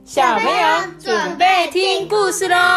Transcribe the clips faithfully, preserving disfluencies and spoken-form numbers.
小朋友准备听故事咯。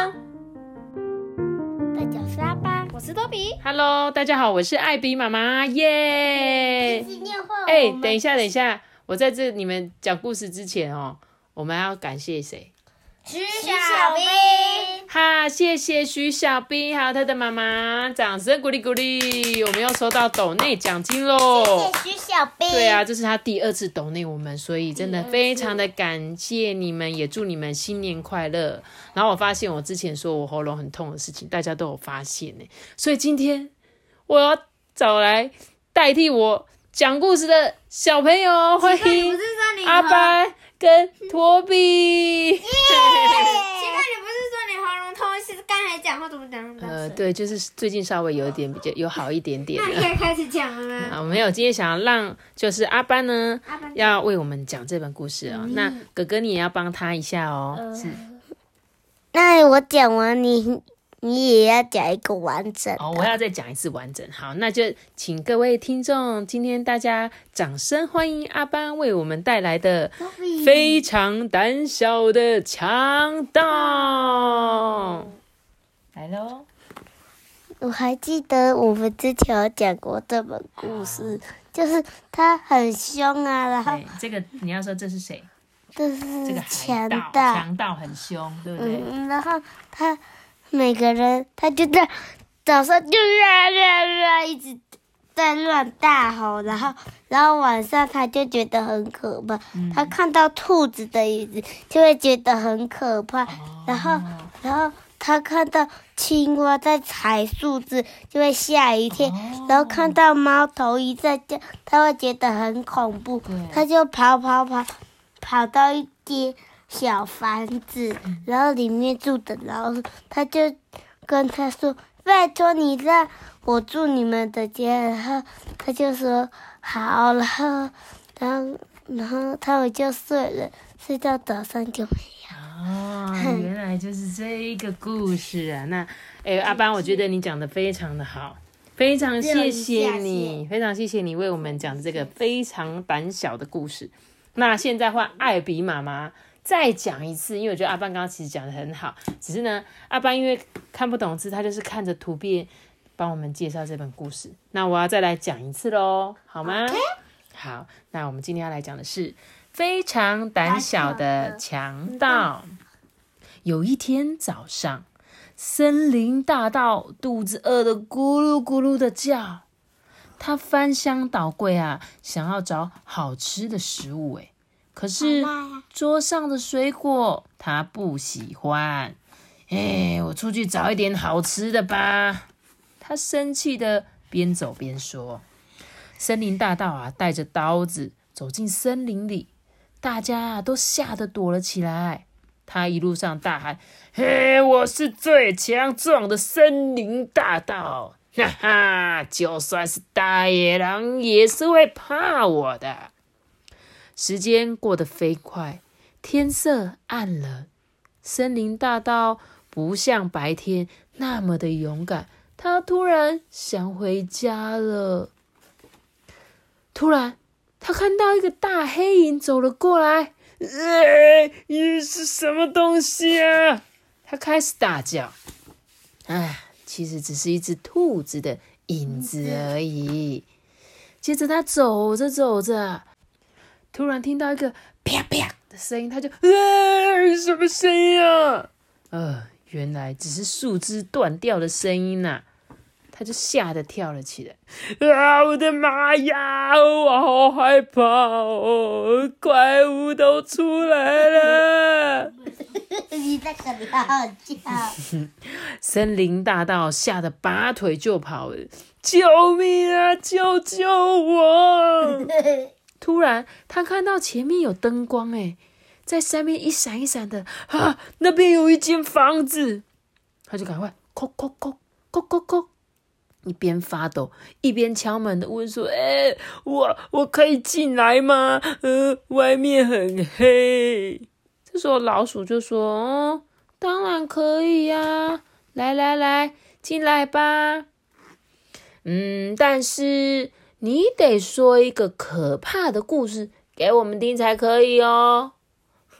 大家是阿爸， 我是多比。 Hello， 大家好，我是艾比妈妈，耶、 纪念会。 哎，等一下，等一下，我在这你们讲故事之前哦，我们还要感谢谁？ 徐小小兵， 哈，谢谢徐小兵还有他的妈妈，掌声鼓励鼓励。我们又收到斗内奖金喽！ 谢谢徐小兵。 对啊，这是他第二次斗内我们，所以真的非常的感谢你们，也祝你们新年快乐。然后我发现我之前说我喉咙很痛的事情，大家都有发现呢，所以今天我要找来代替我讲故事的小朋友，欢迎阿班跟托比。 奇怪，你不是说你喉咙痛，是刚才讲话怎么讲？ 呃，对，就是最近稍微有一点比较有好一点点那你可以开始讲了吗？ 啊，没有，今天想要让就是阿班呢， 阿班要为我们讲这本故事哦。那哥哥你也要帮他一下哦。 呃是那我讲完你，你也要讲一个完整的。 哦，我要再讲一次完整。好，那就请各位听众，今天大家掌声欢迎阿班为我们带来的非常胆小的强盗。来咯。 我还记得我们之前有讲过这本故事，就是他很凶啊，然后对，这个你要说这是谁？ 就这个是强海盗， 盗， 强盗很凶，对不对？ 嗯，然后他每个人，他就在早上就啦啦啦一直在乱大吼，然后然后晚上他就觉得很可怕， 嗯他看到兔子的影子就会觉得很可怕， 哦然后然后他看到青蛙在踩树枝就会吓一跳， 哦然后看到猫头鹰在叫，他会觉得很恐怖， 对他就跑跑跑跑到一间小房子，然后里面住的老鼠，他就跟他说：“拜托你让我住你们的家。”然后他就说：“好。”然后，然后，然后他们就睡了，睡到早上就没有。 哦，原来就是这一个故事啊！那，哎，阿班，我觉得你讲的非常的好，非常谢谢你，非常谢谢你为我们讲这个非常胆小的故事。那现在换艾比妈妈再讲一次，因为我觉得阿班刚刚其实讲的很好，只是呢，阿班因为看不懂字，他就是看着图片帮我们介绍这本故事。那我要再来讲一次咯，好吗？ Okay. 好，那我们今天要来讲的是非常胆小的强盗。有一天早上，森林大盗肚子饿得咕噜咕噜的叫，他翻箱倒柜啊，想要找好吃的食物诶，可是桌上的水果他不喜欢。哎，我出去找一点好吃的吧。他生气的边走边说。森林大盗啊，带着刀子走进森林里，大家啊都吓得躲了起来。他一路上大喊：“嘿，我是最强壮的森林大盗！哈哈，就算是大野狼也是会怕我的。”时间过得飞快，天色暗了。森林大盗不像白天那么的勇敢，他突然想回家了。突然，他看到一个大黑影走了过来。呃，是什么东西啊？他开始大叫。哎，其实只是一只兔子的影子而已。接着他走着走着，突然听到一个啪啪的声音，他就呃，什么声音啊？呃，原来只是树枝断掉的声音呐、啊。他就吓得跳了起来。啊，我的妈呀，我好害怕哦，怪物都出来了。 你在跟他好叫。 森林大盗吓得拔腿就跑了，救命啊，救救我。突然他看到前面有灯光，诶，在上面一闪一闪的，啊，那边有一间房子。他就赶快叩叩叩叩叩叩，一边发抖一边敲门的问说：“哎、欸，我我可以进来吗？呃，外面很黑。”这时候老鼠就说：“哦，当然可以呀，来来来，进来吧。嗯，但是你得说一个可怕的故事给我们听才可以哦。”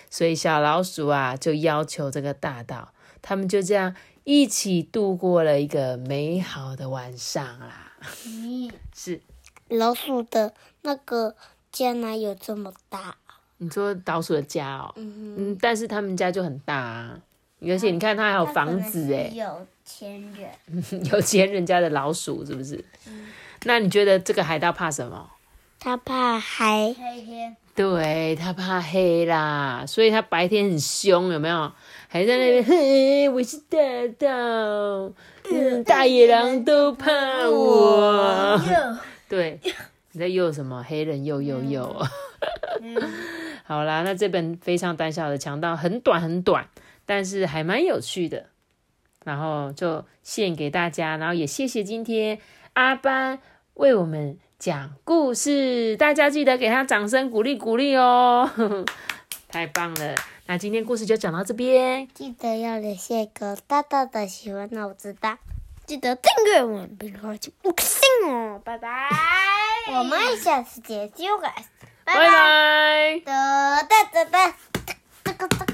所以小老鼠啊就要求这个大盗，他们就这样一起度过了一个美好的晚上啦。 嗯， 是老鼠的那个家哪有这么大？ 你说老鼠的家哦， 嗯嗯，但是他们家就很大啊，而且你看它还有房子哎， 有钱人， 有钱人家的老鼠是不是？ 嗯， 那你觉得这个海盗怕什么？ 他怕黑黑天， 对，他怕黑啦，所以他白天很凶，有没有？还在那边，嘿，我是大盗，嗯，大野狼都怕我。对，你在诱什么？黑人诱诱诱。好啦，那这本非常胆小的强盗很短很短，但是还蛮有趣的，然后就献给大家，然后也谢谢今天阿班为我们讲故事，大家记得给他掌声鼓励鼓励哦，太棒了！那今天故事就讲到这边， 记得要留下一个大大的喜欢脑子的，记得订阅我们，并忘记五颗星哦，拜拜！我们下次见，See you guys，拜拜拜。 哒哒哒哒，这个这个。